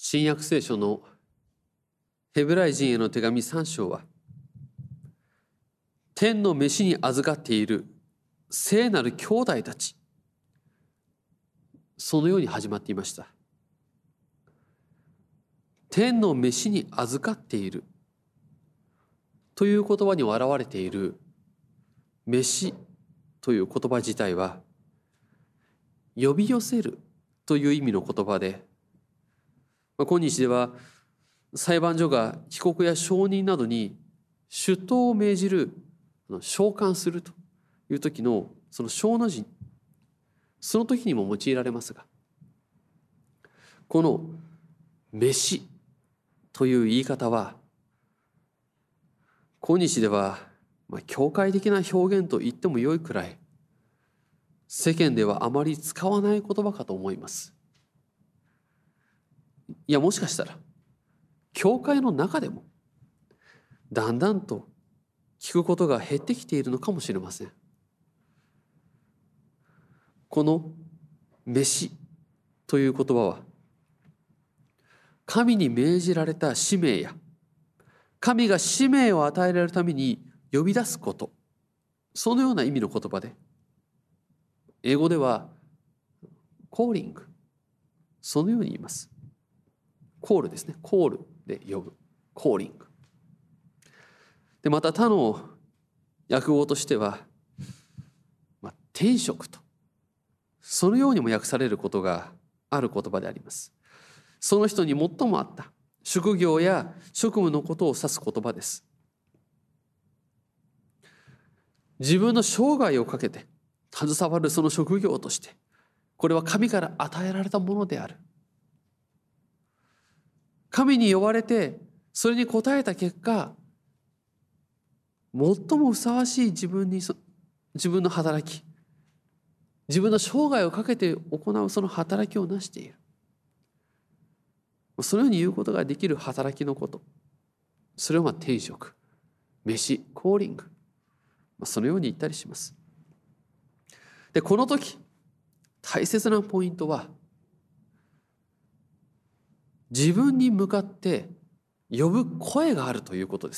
新約聖書のヘブライ人への手紙3章は、天の召しに預かっている聖なる兄弟たち、そのように始まっていました。天の召しに預かっているという言葉に現れている召しという言葉自体は、呼び寄せるという意味の言葉で、今日では裁判所が被告や証人などに出頭を命じる、召喚するという時のその証の字、その時にも用いられますが、この召しという言い方は、今日では教会的な表現と言ってもよいくらい、世間ではあまり使わない言葉かと思います。いや、もしかしたら教会の中でもだんだんと聞くことが減ってきているのかもしれません。この召しという言葉は、神に命じられた使命や神が使命を与えられるために呼び出すこと、そのような意味の言葉で、英語ではコーリング、そのように言います。コールですね。コールで呼ぶ。コーリング。で、また他の訳語としては、天職と、そのようにも訳されることがある言葉であります。その人に最も合った職業や職務のことを指す言葉です。自分の生涯をかけて携わるその職業として、これは神から与えられたものである。神に呼ばれて、それに応えた結果、最もふさわしい自分の働き、自分の生涯をかけて行うその働きを成している。そのように言うことができる働きのこと、それを天職、召し、コーリング、そのように言ったりします。で、この時大切なポイントは、自分に向かって呼ぶ声があるということです。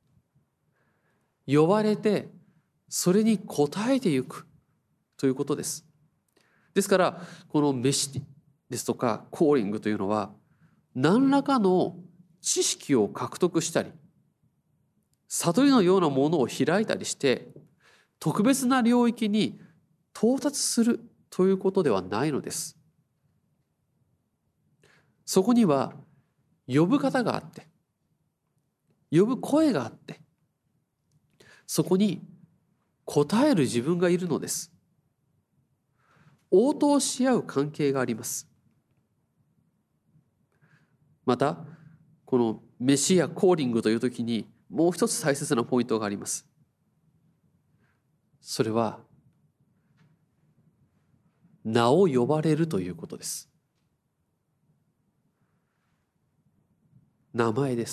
呼ばれてそれに応えていくということです。ですからこの召しですとかコーリングというのは、何らかの知識を獲得したり、悟りのようなものを開いたりして特別な領域に到達するということではないのです。そこには呼ぶ方があって、呼ぶ声があって、そこに応える自分がいるのです。応答し合う関係があります。またこの召しやコーリングという時にもう一つ大切なポイントがあります。それは名を呼ばれるということです。名前です。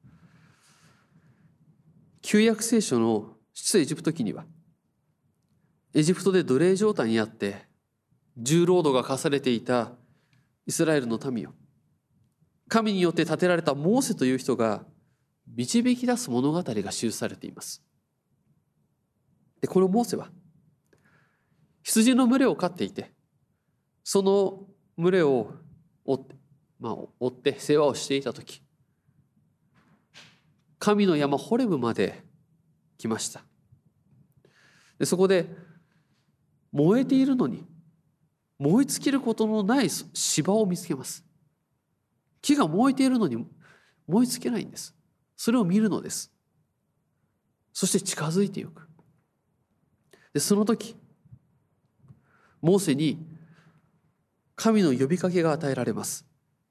旧約聖書の出エジプト記には、エジプトで奴隷状態にあって重労働が課されていたイスラエルの民を、神によって建てられたモーセという人が導き出す物語が記されています。で、このモーセは羊の群れを飼っていて、その群れを追って世話をしていたとき、神の山ホレブまで来ました。で、そこで燃えているのに燃え尽きることのない芝を見つけます。木が燃えているのに燃え尽きないんです。それを見るのです。そして近づいていく。で、その時モーセに神の呼びかけが与えられます。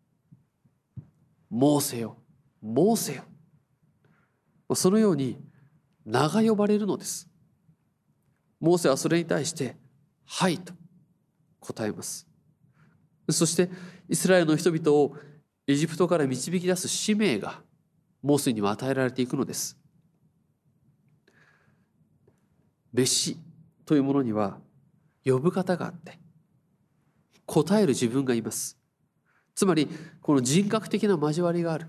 モーセよ、モーセよ。そのように名が呼ばれるのです。モーセはそれに対してはいと答えます。そしてイスラエルの人々をエジプトから導き出す使命がモーセには与えられていくのです。召しというものには呼ぶ方があって、答える自分がいます。 つまりこの人格的な交わりがある。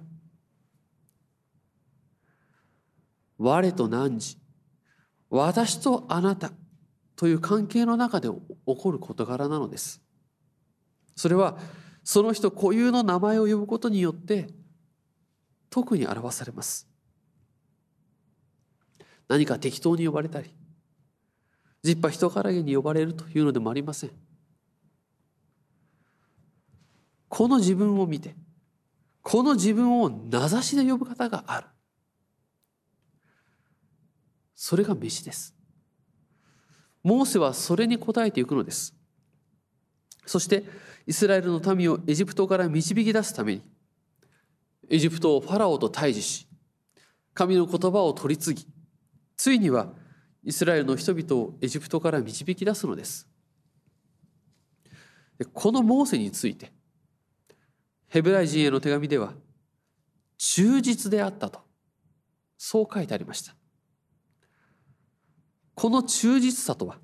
我と汝、私とあなたという関係の中で起こる事柄なのです。それはその人固有の名前を呼ぶことによって特に表されます。何か適当に呼ばれたり、十把人からげに呼ばれるというのでもありません。この自分を見て、この自分を名指しで呼ぶ方がある。それがメシです。モーセはそれに応えていくのです。そしてイスラエルの民をエジプトから導き出すために、エジプトをファラオと対峙し、神の言葉を取り次ぎ、ついにはイスラエルの人々をエジプトから導き出すのです。このモーセについて、ヘブライ人への手紙では、忠実であったと、そう書いてありました。この忠実さとは、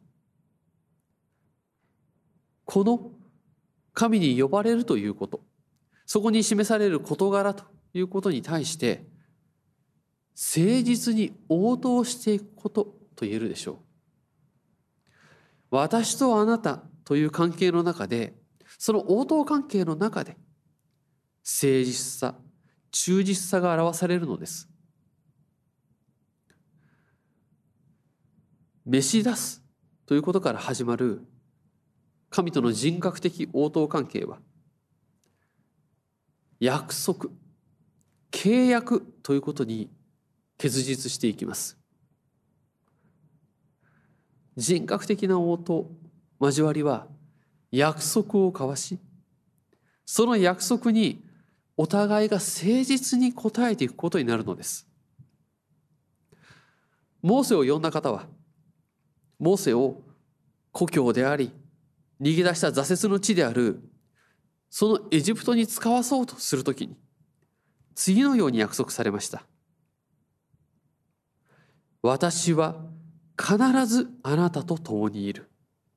この神に呼ばれるということ、そこに示される事柄ということに対して、誠実に応答していくことと言えるでしょう。私とあなたという関係の中で、その応答関係の中で、誠実さ、忠実さが表されるのです。召し出すということから始まる神との人格的応答関係は、約束、契約ということに結実していきます。人格的な応答、交わりは約束を交わし、その約束にお互いが誠実に応えていくことになるのです。モーセを呼んだ方は、モーセを故郷であり、逃げ出した挫折の地である、そのエジプトに使わそうとするときに、次のように約束されました。私は必ずあなたと共にいる。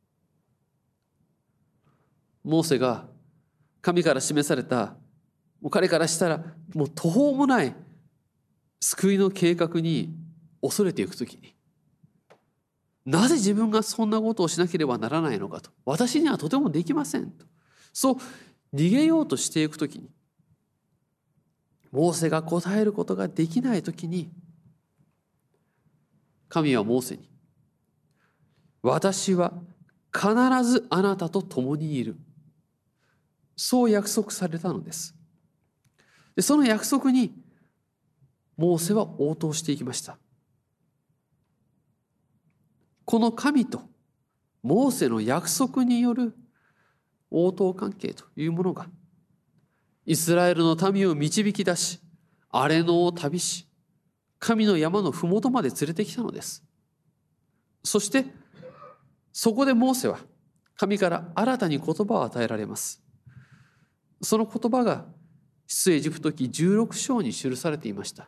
モーセが神から示された、もう彼からしたらもう途方もない救いの計画に恐れていくときに、なぜ自分がそんなことをしなければならないのかと、私にはとてもできませんと、そう逃げようとしていくときに、モーセが答えることができないときに、神はモーセに、私は必ずあなたと共にいる、そう約束されたのです。で、その約束にモーセは応答していきました。この神とモーセの約束による応答関係というものが、イスラエルの民を導き出し、荒れ野を旅し、神の山のふもとまで連れてきたのです。そしてそこでモーセは神から新たに言葉を与えられます。その言葉が出エジプト記16章に記されていました。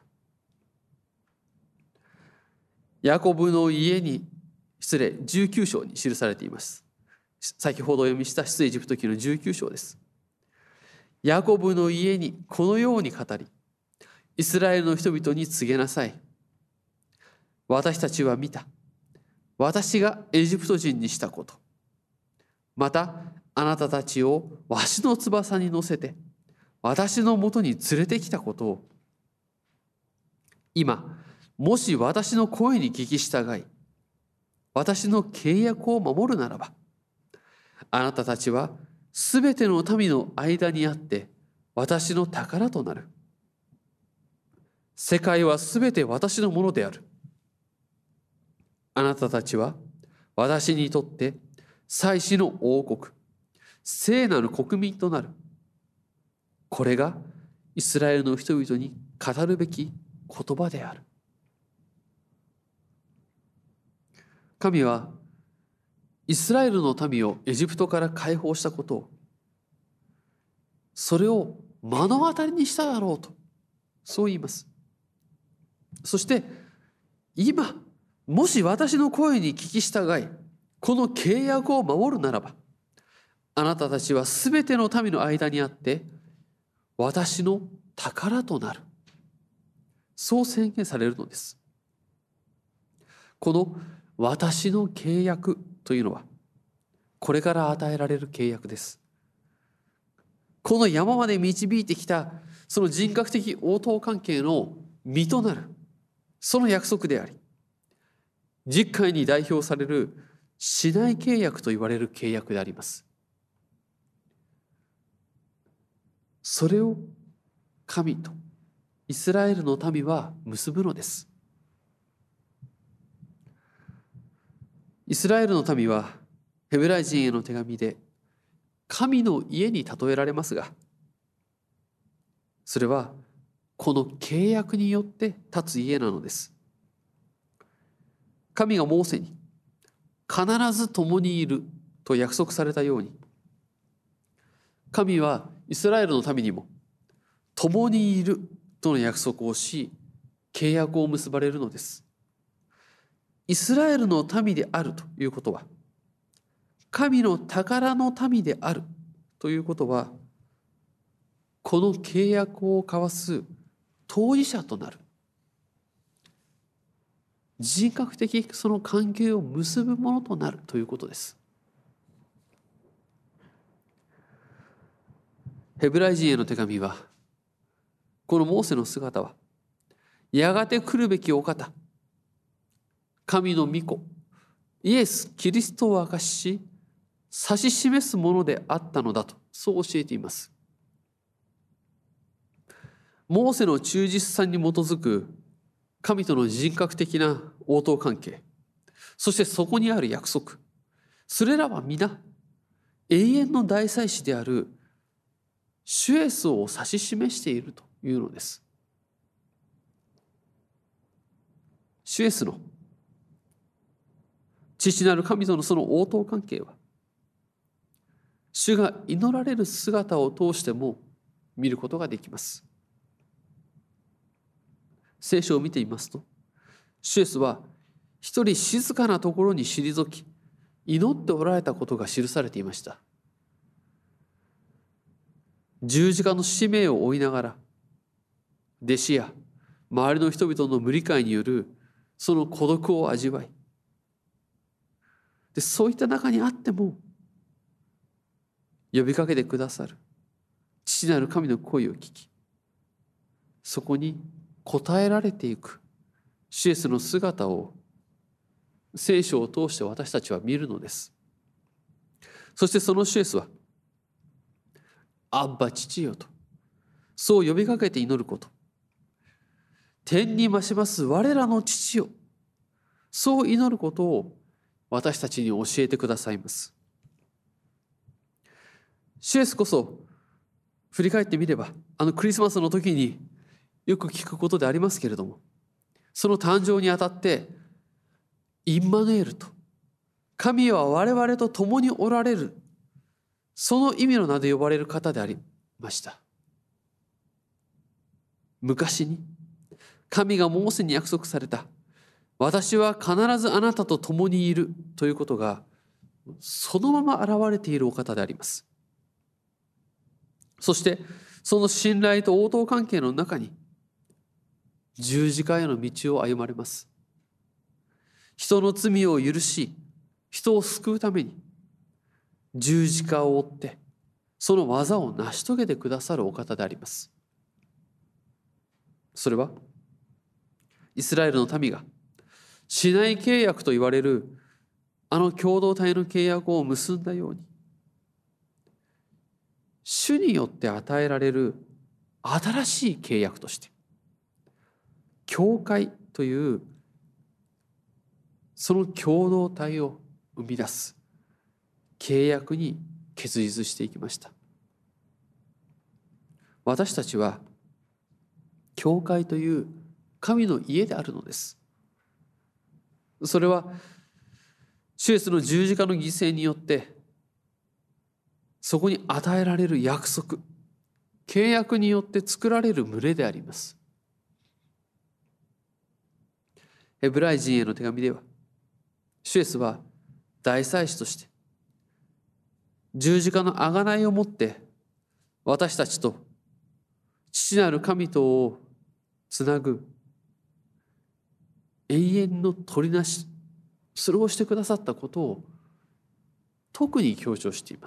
ヤコブの家に、19章に記されています。先ほどお読みした出エジプト記の19章です。ヤコブの家にこのように語り、イスラエルの人々に告げなさい。私たちは見た。私がエジプト人にしたこと。また、あなたたちをわしの翼に乗せて、私のもとに連れてきたことを。今、もし私の声に聞き従い、私の契約を守るならば、あなたたちはすべての民の間にあって私の宝となる。世界はすべて私のものである。あなたたちは私にとって祭司の王国、聖なる国民となる。これがイスラエルの人々に語るべき言葉である。神はイスラエルの民をエジプトから解放したことを、それを目の当たりにしただろうと、そう言います。そして今、もし私の声に聞き従い、この契約を守るならば、あなたたちはすべての民の間にあって私の宝となる。そう宣言されるのです。この私の契約というのは、これから与えられる契約です。この山まで導いてきた、その人格的応答関係の実となる、その約束であり、十回に代表されるシナイ契約と言われる契約であります。それを神とイスラエルの民は結ぶのです。イスラエルの民はヘブライ人への手紙で神の家に例えられますが、それはこの契約によって立つ家なのです。神がモーセに必ず共にいると約束されたように、神はイスラエルの民にも共にいるとの約束をし、契約を結ばれるのです。イスラエルの民であるということは、神の宝の民であるということは、この契約を交わす当事者となる、人格的その関係を結ぶものとなるということです。ヘブライ人への手紙は、このモーセの姿は、やがて来るべきお方、神の御子、イエス・キリストを明かし、指し示すものであったのだと、そう教えています。モーセの忠実さに基づく神との人格的な応答関係、そしてそこにある約束、それらは皆、永遠の大祭司である主イエスを指し示しているというのです。主イエスの父なる神とのその応答関係は、主が祈られる姿を通しても見ることができます。聖書を見ていますと、主イエスは一人静かなところに退き、祈っておられたことが記されていました。十字架の使命を負いながら、弟子や周りの人々の無理解によるその孤独を味わい、でそういった中にあっても呼びかけてくださる父なる神の声を聞き、そこに応えられていく主イエスの姿を聖書を通して私たちは見るのです。そしてその主イエスは、アッバ父よとそう呼びかけて祈ること、天に増します我らの父よ、そう祈ることを私たちに教えてくださいます。主イエスこそ振り返ってみれば、クリスマスの時によく聞くことでありますけれども、その誕生にあたってインマヌエルと、神は我々と共におられる、その意味の名で呼ばれる方でありました。昔に神がモーセに約束された、私は必ずあなたと共にいるということがそのまま現れているお方であります。そしてその信頼と応答関係の中に十字架への道を歩まれます。人の罪を許し、人を救うために十字架を追ってその技を成し遂げてくださるお方であります。それはイスラエルの民がシナイ契約と言われる共同体の契約を結んだように、主によって与えられる新しい契約として、教会というその共同体を生み出す契約に結実していきました。私たちは教会という神の家であるのです。それは主イエスの十字架の犠牲によってそこに与えられる約束、契約によって作られる群れであります。ヘブライ人への手紙では、主イエスは大祭司として十字架の贖いをもって私たちと父なる神とをつなぐ永遠の取りなし、それをしてくださったことを特に強調しています。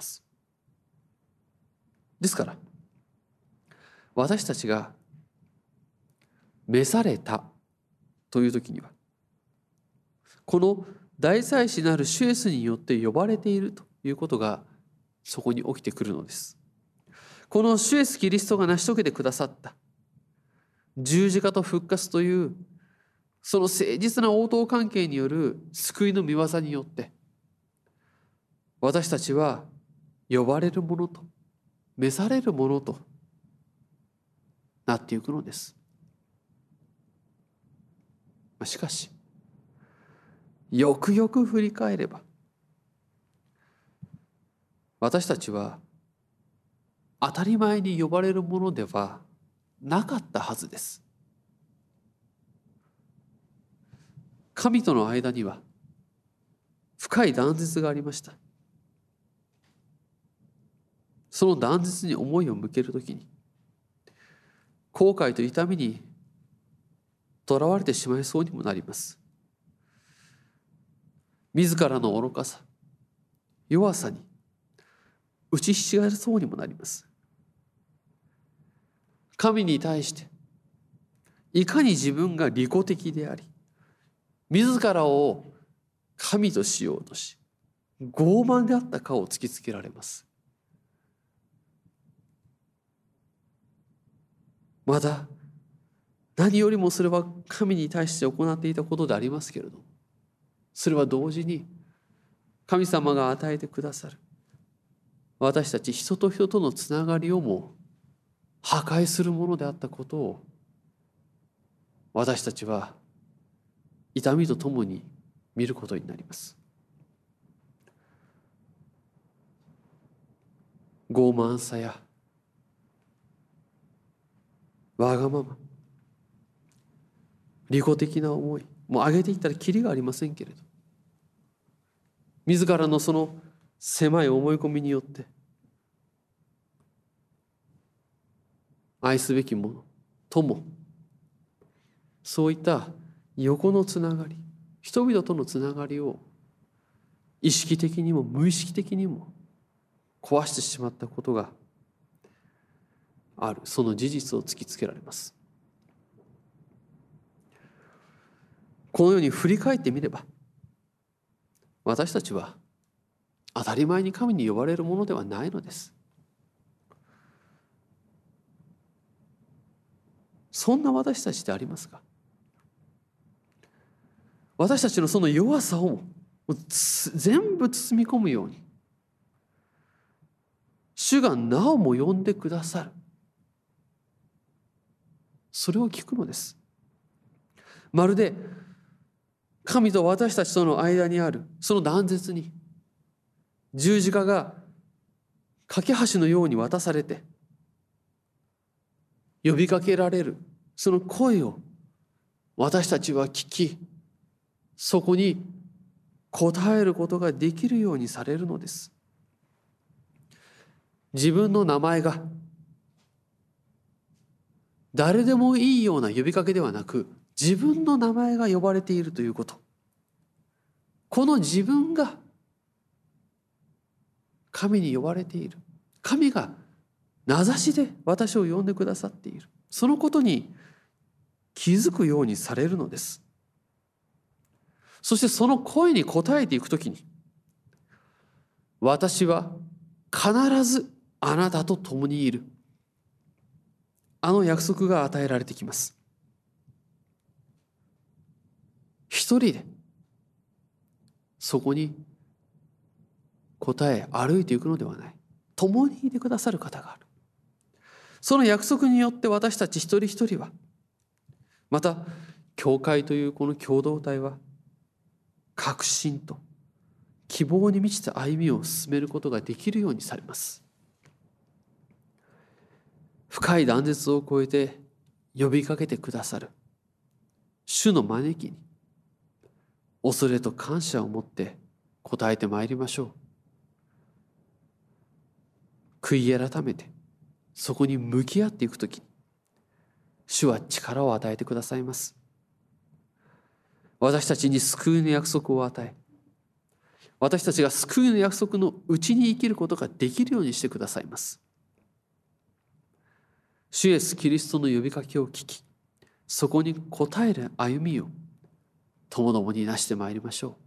ですから私たちが召されたという時には、この大祭司なる主イエスによって呼ばれているということがそこに起きてくるのです。この主イエスキリストが成し遂げてくださった十字架と復活というその誠実な応答関係による救いの御業によって、私たちは呼ばれるものと召されるものとなっていくのです。しかしよくよく振り返れば、私たちは当たり前に呼ばれるものではなかったはずです。神との間には深い断絶がありました。その断絶に思いを向けるときに、後悔と痛みにとらわれてしまいそうにもなります。自らの愚かさ、弱さに打ちひしがれそうにもなります。神に対していかに自分が利己的であり、自らを神としようとし傲慢であったかを突きつけられます。また何よりもそれは神に対して行っていたことでありますけれど、それは同時に神様が与えてくださる私たち人と人とのつながりをも破壊するものであったことを、私たちは痛みとともに見ることになります。傲慢さやわがまま、利己的な思い、もう挙げていったらきりがありませんけれど、自らのその狭い思い込みによって愛すべきもの、友、そういった横のつながり、人々とのつながりを意識的にも無意識的にも壊してしまったことがある、その事実を突きつけられます。このように振り返ってみれば、私たちは当たり前に神に呼ばれるものではないのです。そんな私たちでありますが、私たちのその弱さを全部包み込むように、主がなおも呼んでくださる。それを聞くのです。まるで神と私たちとの間にあるその断絶に十字架が架け橋のように渡されて、呼びかけられるその声を私たちは聞き、そこに応えることができるようにされるのです。自分の名前が誰でもいいような呼びかけではなく、自分の名前が呼ばれているということ、この自分が神に呼ばれている、神が名指しで私を呼んでくださっている、そのことに気づくようにされるのです。そしてその声に応えていくときに、私は必ずあなたと共にいる、あの約束が与えられてきます。一人でそこに答え歩いていくのではない、共にいてくださる方がある。その約束によって私たち一人一人は、また教会というこの共同体は確信と希望に満ちた歩みを進めることができるようにされます。深い断絶を超えて呼びかけてくださる主の招きに恐れと感謝を持って応えてまいりましょう。悔い改めてそこに向き合っていくときに、 主は力を与えてくださいます。私たちに救いの約束を与え、私たちが救いの約束のうちに生きることができるようにしてくださいます。主イエスキリストの呼びかけを聞き、そこに応える歩みを共々になしてまいりましょう。